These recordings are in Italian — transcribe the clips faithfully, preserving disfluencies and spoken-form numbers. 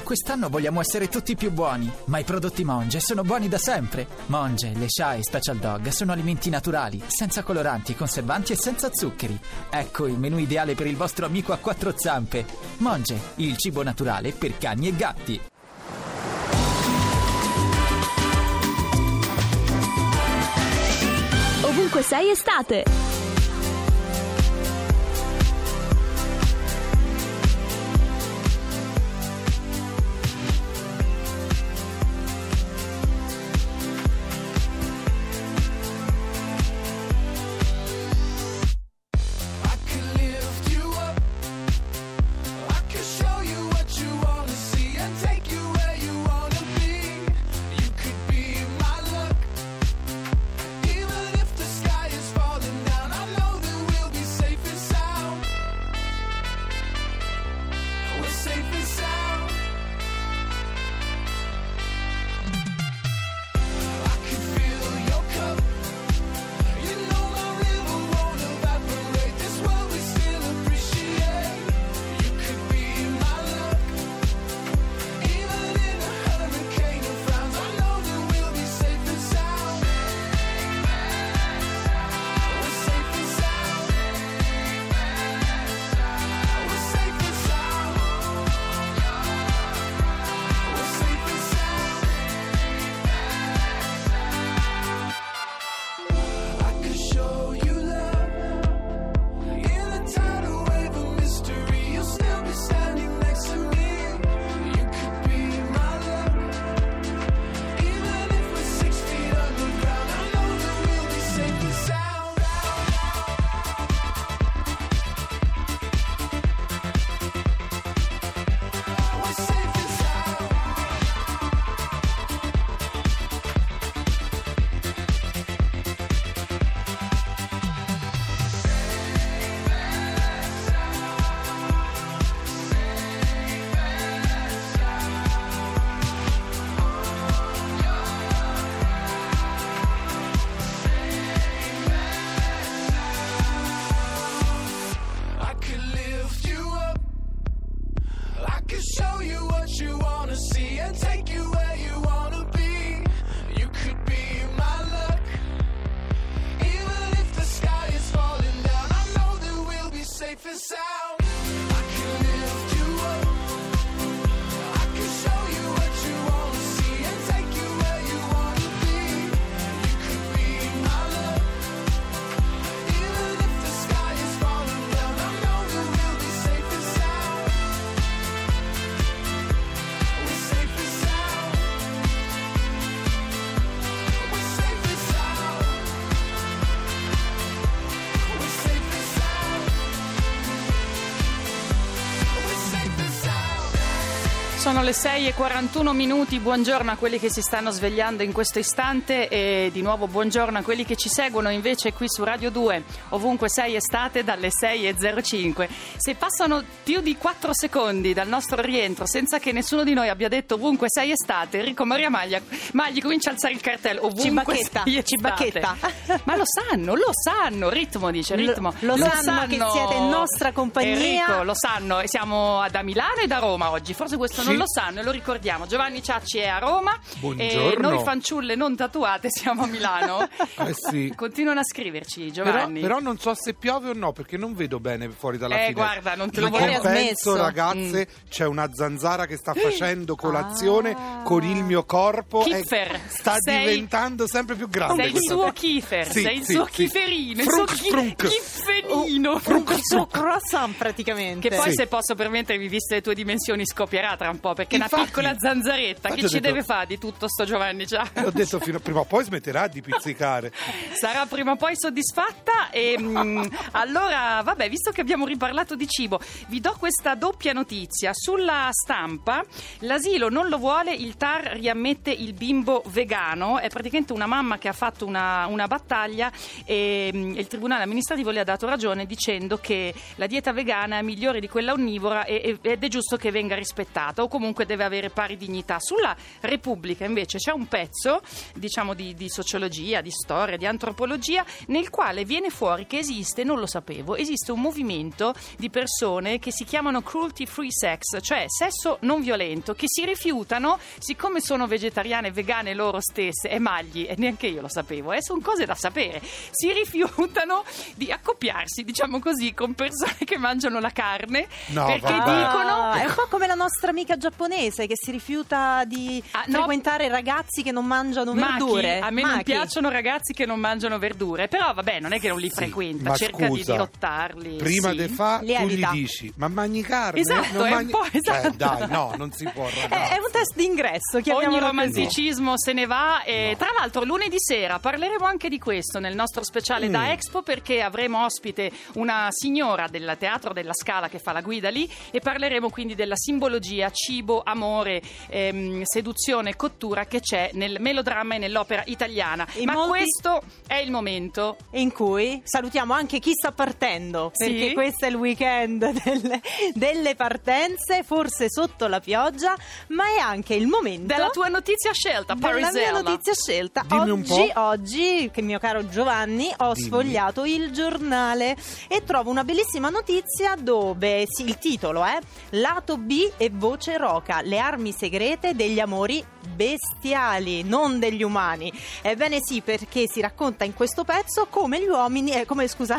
Quest'anno vogliamo essere tutti più buoni, ma i prodotti Monge sono buoni da sempre. Monge, le Sha e Special Dog sono alimenti naturali, senza coloranti, conservanti e senza zuccheri. Ecco il menù ideale per il vostro amico a quattro zampe. Monge, il cibo naturale per cani e gatti. Ovunque sei estate. Sono le sei e quarantuno minuti, buongiorno a quelli che si stanno svegliando in questo istante e di nuovo buongiorno a quelli che ci seguono invece qui su Radio due, ovunque sei estate dalle sei e zero cinque. Se passano più di quattro secondi dal nostro rientro senza che nessuno di noi abbia detto ovunque sei estate, Enrico Maria Maglia, Magli comincia a alzare il cartello, ovunque sei estate. Cibacchetta. Ma lo sanno, lo sanno, ritmo dice, ritmo. Lo, lo, lo sanno, sanno che siete in nostra compagnia. Enrico, lo sanno, e siamo da Milano e da Roma oggi, forse questo sì. Non lo sanno e lo ricordiamo. Giovanni Ciacci è a Roma. Buongiorno. E noi fanciulle non tatuate siamo a Milano. Eh sì. Continuano a scriverci, Giovanni. Però, però non so se piove o no, perché non vedo bene fuori dalla eh, finestra. Eh guarda, non te lo vorrei vorrei penso, ragazze, mm. c'è una zanzara che sta facendo colazione ah. con il mio corpo. Kiefer. Sta sei... diventando sempre più grande. Sei il suo Kiefer, sì, sei il sì, suo sì. Kieferino, il frunk, suo frunk. Kieferino. Oh, frunk, il suo croissant praticamente. Che poi sì. se posso permettervi, viste le tue dimensioni, scoppierà tra un po', perché Infatti, una piccola zanzaretta che ci detto, deve fare di tutto sto Giovanni già. Ho detto fino a prima o poi smetterà di pizzicare. Sarà prima o poi soddisfatta e mh, allora vabbè, visto che abbiamo riparlato di cibo, vi do questa doppia notizia. Sulla Stampa, l'asilo non lo vuole, il T A R riammette il bimbo vegano. È praticamente una mamma che ha fatto una, una battaglia e mh, il tribunale amministrativo le ha dato ragione. ragione dicendo che la dieta vegana è migliore di quella onnivora e, ed è giusto che venga rispettata, o comunque deve avere pari dignità. Sulla Repubblica invece c'è un pezzo, diciamo, di, di sociologia, di storia, di antropologia, nel quale viene fuori che esiste, non lo sapevo, esiste un movimento di persone che si chiamano cruelty free sex, cioè sesso non violento, che si rifiutano, siccome sono vegetariane e vegane loro stesse, e magli, e neanche io lo sapevo, eh, sono cose da sapere, si rifiutano di accoppiarsi, diciamo così, con persone che mangiano la carne, no, perché vabbè. dicono... Ah, è un po' come la nostra amica giapponese che si rifiuta di ah, no, frequentare ragazzi che non mangiano Machi, verdure. a me Machi. non piacciono ragazzi che non mangiano verdure, però vabbè, non è che non li Sì, frequenta, ma cerca scusa, di dirottarli. Prima sì. di fa Li tu evita. gli dici ma mangi carne? Esatto, non è mangi... un po' esatto. Eh, dai, no, non si può, È, ragazzi. è un test d'ingresso, Ogni chiamiamolo così. romanticismo se ne va e No. tra l'altro lunedì sera parleremo anche di questo nel nostro speciale Mm. da Expo, perché avremo ospite una signora del Teatro della Scala che fa la guida lì e parleremo quindi della simbologia cibo, amore, ehm, seduzione, cottura che c'è nel melodramma e nell'opera italiana. E Ma molti- questo è il momento. In cui salutiamo anche chi sta partendo, Sì. perché questo è il weekend delle, delle partenze, forse sotto la pioggia, ma è anche il momento Della tua notizia scelta, della Parisella. mia notizia scelta. Dimmi un Oggi, po'. oggi, che mio caro Giovanni, ho Dimmi. sfogliato il giornale e trovo una bellissima notizia dove sì, il titolo è Lato B e voce roca, le armi segrete degli amori bestiali, non degli umani. Ebbene sì, perché si racconta in questo pezzo come gli uomini, eh, come scusa,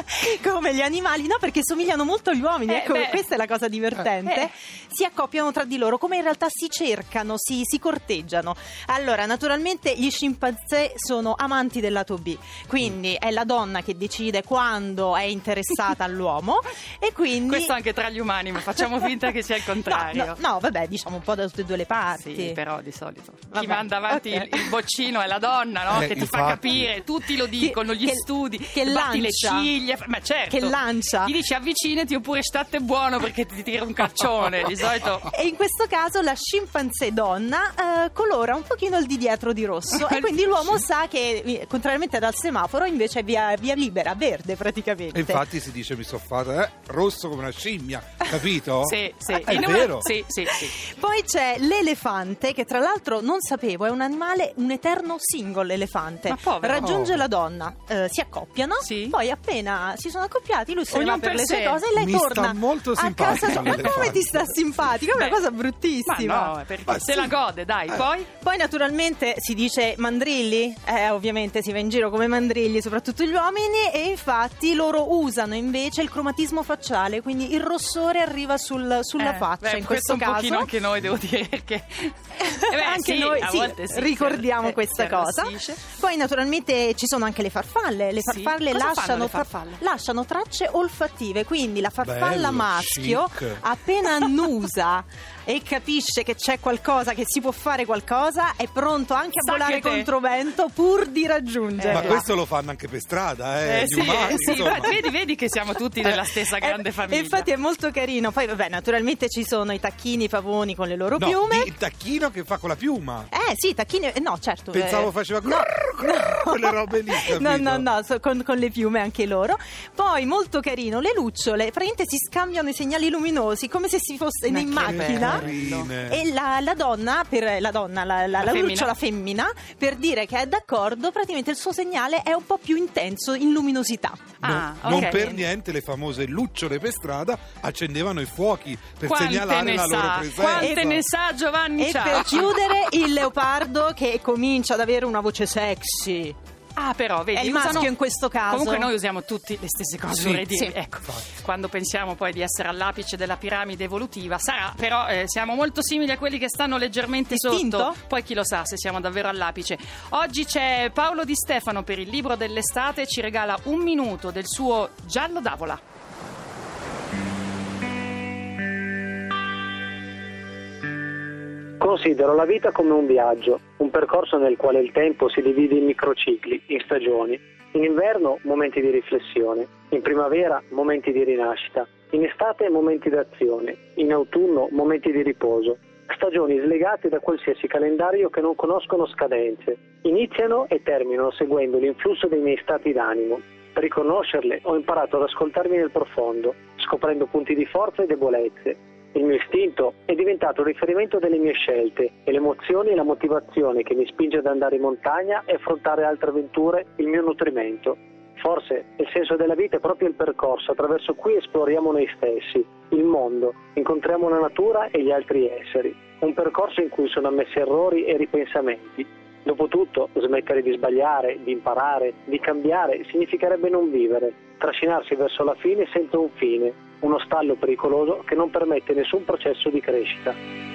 come gli animali, no, perché somigliano molto agli uomini, Eh, ecco, beh. questa è la cosa divertente. Eh. Si accoppiano tra di loro, come in realtà si cercano, si, si corteggiano. Allora, naturalmente gli scimpanzé sono amanti del lato B, quindi è la donna che decide quando è interessata all'uomo e quindi... Questo anche tra gli umani, ma facciamo finta che sia il contrario. No, no, no, vabbè, diciamo un po' da tutte e due le parti. Sì, però di solito Vabbè, chi manda avanti ok. il, il boccino è la donna, no? Eh, che ti fa infatti. capire, tutti lo dicono, gli Che- studi, che batti le lancia. ciglia, ma certo. Che lancia. Gli dici avvicinati oppure state buono perché ti tira un calcione, di solito. E in questo caso la scimpanzé donna eh, colora un pochino il di dietro di rosso e quindi l'uomo sa che, eh, contrariamente dal semaforo, invece è via, via libera, verde praticamente. E infatti si dice mi sono fatta eh, rosso come una scimmia, capito? Sì, sì. È In una- vero. Sì, sì, sì. Poi c'è l'elefante, che tra l'altro non sapevo, è un animale, un eterno single elefante. Ma povero. Raggiunge Oh. la donna, eh, si accoppiano, Sì. poi appena si sono accoppiati lui se ne Ognuno va per, per le sue sé. cose e lei Mi torna sta molto a simpatico casa sua. Ma come l'elefante. ti sta simpatico? È una Beh, cosa Ma bruttissima. no, perché Ma se sì. la gode, dai, Eh. poi. Poi naturalmente si dice mandrilli, eh, ovviamente si va in giro come mandrilli, soprattutto gli uomini, e infatti loro usano invece il cromatismo facciale, quindi il rossore arriva sul- sulla Eh, faccia beh, in questo questo un caso. pochino anche noi, devo dire, perché Eh beh, anche sì, noi a sì, volte sì, ricordiamo si- eh, questa si cosa. arrossisce. Poi naturalmente ci sono anche le farfalle. Le Sì. farfalle, Cosa fanno lasciano, le farfalle? lasciano tracce olfattive, quindi la farfalla Bello, maschio chic. appena annusa e capisce che c'è qualcosa, che si può fare qualcosa, è pronto anche a Sa volare che te- contro vento pur di raggiungerla. Ma questo lo fanno anche per strada, eh, Eh, gli sì, umani, sì, insomma. vedi, vedi che siamo tutti nella stessa grande Eh, famiglia. Infatti è molto carino. Poi vabbè, naturalmente ci sono i tacchini, i pavoni con le loro No, piume. il tacchino che fa con la piuma. Eh sì, tacchini, eh, no certo. Pensavo eh, faceva no. quelle robe lì, capito? No, no, no, so- con, con le piume anche loro. Poi molto carino, le lucciole praticamente si scambiano i segnali luminosi come se si fosse Ma in che macchina. Carine. E la, la donna, per la donna, la, la, la femmina. lucciola femmina, per dire che è d'accordo, praticamente il suo segnale è un po' più intenso in luminosità. Ah, non, non ok. per niente le famose lucciole per strada accendevano i fuochi per Quante segnalare ne la loro sa? presenza. Quante ne sa Giovanni? E Ciao. per chiudere, il leopardo che comincia ad avere una voce sexy. Ah, però, vedi, È il usano- maschio in questo caso. Comunque noi usiamo tutti le stesse cose, Sì, vorrei dire. sì. Ecco, Infatti. quando pensiamo poi di essere all'apice della piramide evolutiva, sarà, però eh, siamo molto simili a quelli che stanno leggermente Distinto? sotto. Poi chi lo sa se siamo davvero all'apice. Oggi c'è Paolo Di Stefano per il libro dell'estate, ci regala un minuto del suo Giallo d'Avola. Considero la vita come un viaggio, un percorso nel quale il tempo si divide in microcicli, in stagioni. In inverno momenti di riflessione, in primavera momenti di rinascita, in estate momenti d'azione, in autunno momenti di riposo. Stagioni slegate da qualsiasi calendario che non conoscono scadenze, iniziano e terminano seguendo l'influsso dei miei stati d'animo. Per riconoscerle ho imparato ad ascoltarmi nel profondo, scoprendo punti di forza e debolezze. Il mio istinto è diventato il riferimento delle mie scelte e le emozioni e la motivazione che mi spinge ad andare in montagna e affrontare altre avventure il mio nutrimento. Forse il senso della vita è proprio il percorso attraverso cui esploriamo noi stessi, il mondo, incontriamo la natura e gli altri esseri. Un percorso in cui sono ammessi errori e ripensamenti. Dopotutto, smettere di sbagliare, di imparare, di cambiare significherebbe non vivere, trascinarsi verso la fine senza un fine, uno stallo pericoloso che non permette nessun processo di crescita.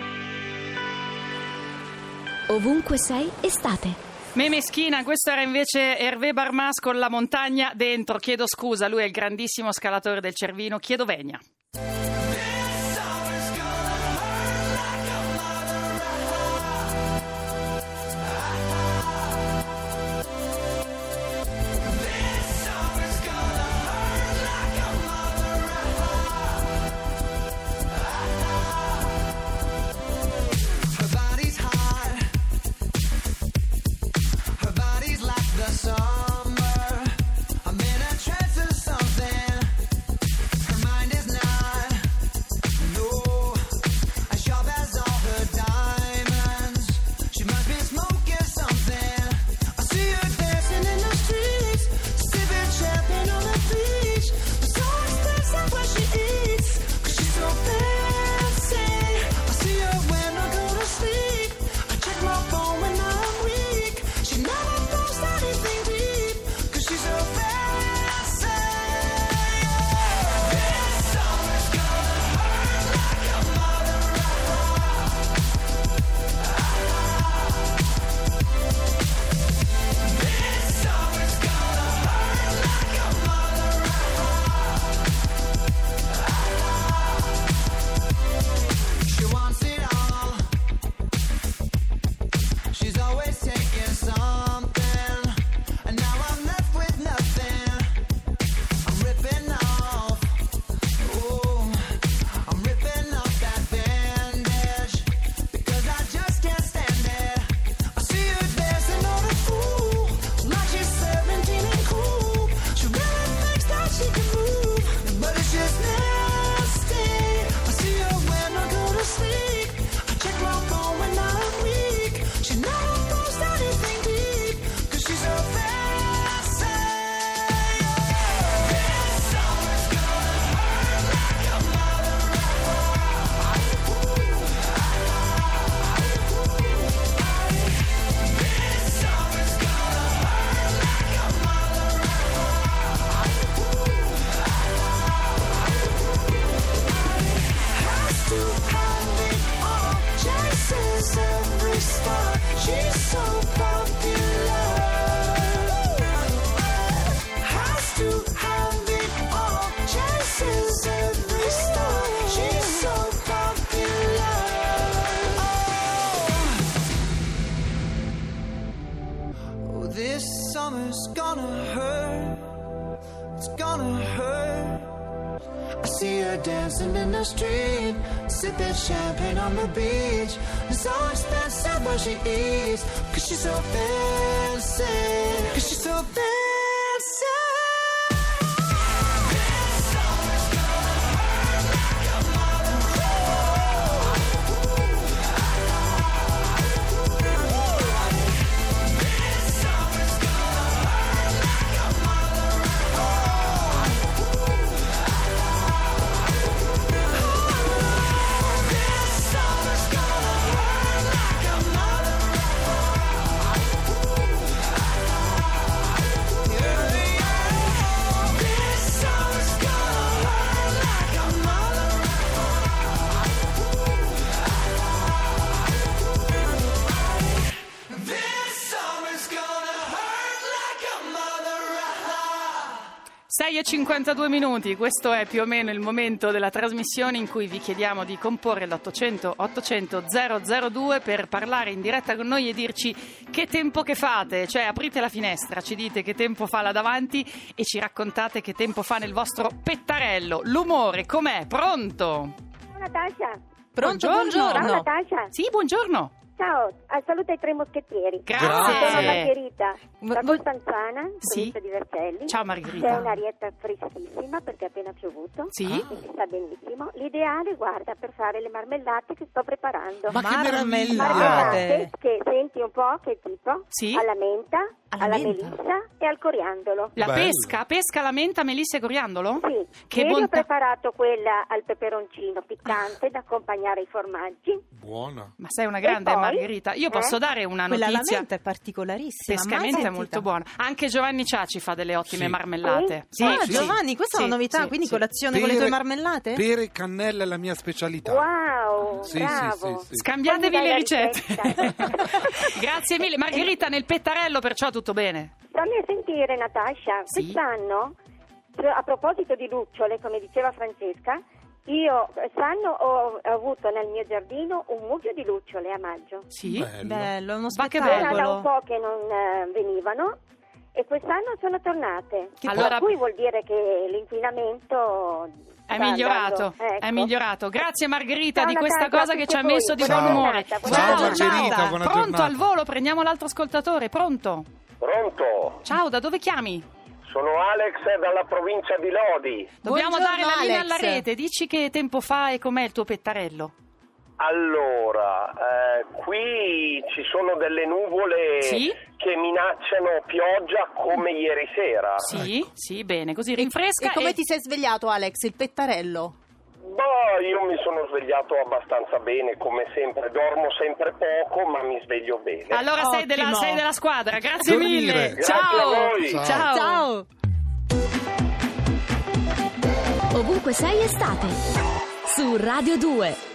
Ovunque sei, estate. Me meschina, questo era invece Hervé Barmas con La montagna dentro. Chiedo scusa, lui è il grandissimo scalatore del Cervino. Chiedo venia. It's gonna hurt, it's gonna hurt. I see her dancing in the street, sipping champagne on the beach. It's so expensive what she eats, cause she's so fancy, cause she's so fancy. sei e cinquantadue minuti, questo è più o meno il momento della trasmissione in cui vi chiediamo di comporre l'ottocento ottocento zero zero due per parlare in diretta con noi e dirci che tempo che fate, cioè aprite la finestra, ci dite che tempo fa là davanti e ci raccontate che tempo fa nel vostro pettarello. L'umore com'è? Pronto? Ciao Natascia. Pronto, Buongiorno. buongiorno. Ciao Natascia. Sì, buongiorno. Ciao, a saluto ai tre moschettieri. Grazie. Sono Margherita, da Vol- Costanzana, Sì. provincia di Vercelli. Ciao Margherita. C'è un'arietta freschissima perché è appena piovuto. Sì. E si sta benissimo. L'ideale, guarda, per fare le marmellate che sto preparando. Ma che meraviglia! Marmellate che senti un po' che tipo? Sì. Alla menta, Alla alla, menta. melissa e al coriandolo. La Bello. pesca, pesca la menta, melissa e coriandolo? Sì, Che ieri ho bontà. preparato quella al peperoncino piccante da accompagnare ai formaggi. Buona. Ma sei una grande E poi? Margherita. Io posso Eh? dare una Quella alla notizia. menta è particolarissima. mai Pescamente è sentita. molto buona. Anche Giovanni Ciacci fa delle ottime Sì. marmellate. Sì? Ah, sì. Giovanni, questa è Sì, una novità, sì, quindi sì. colazione con le tue marmellate? Pere e cannella è la mia specialità. Wow, Sì, bravo. sì, sì, sì. Scambiatevi Poi mi le dai la ricette. ricetta. Grazie mille. Margherita, nel pettarello perciò tutto bene? Fammi a sentire, Natascia, Sì. quest'anno, cioè, a proposito di lucciole, come diceva Francesca, io quest'anno ho avuto nel mio giardino un mucchio di lucciole a maggio. Sì. Bello. Bello, è uno Ma che spettacolo. bello. Era da un po' che non eh, venivano e quest'anno sono tornate. Che allora- Per cui vuol dire che l'inquinamento È sta migliorato, andando, ecco. è migliorato. Grazie Margherita Ciao, di questa Natascia, cosa a che tutti ci ha voi. messo di Buona buon umore. giornata, buona Ciao giornata. Margherita, buona Pronto giornata. al volo, prendiamo l'altro ascoltatore, pronto? Pronto? Ciao, da dove chiami? Sono Alex dalla provincia di Lodi. Dobbiamo Buongiorno, dare la linea Alex. alla rete, dici che tempo fa e com'è il tuo pettarello? Allora, eh, qui ci sono delle nuvole Sì? che minacciano pioggia come ieri sera. Sì, sì, bene, così rinfresca E come e- ti sei svegliato, Alex? Il pettarello? Boh, io mi sono svegliato abbastanza bene, come sempre. Dormo sempre poco, ma mi sveglio bene. Allora sei della, Ottimo. sei della squadra, grazie Dormire. mille. Grazie Ciao. a voi. Ciao. Ciao. Ciao! Ovunque sei estate. Su Radio due.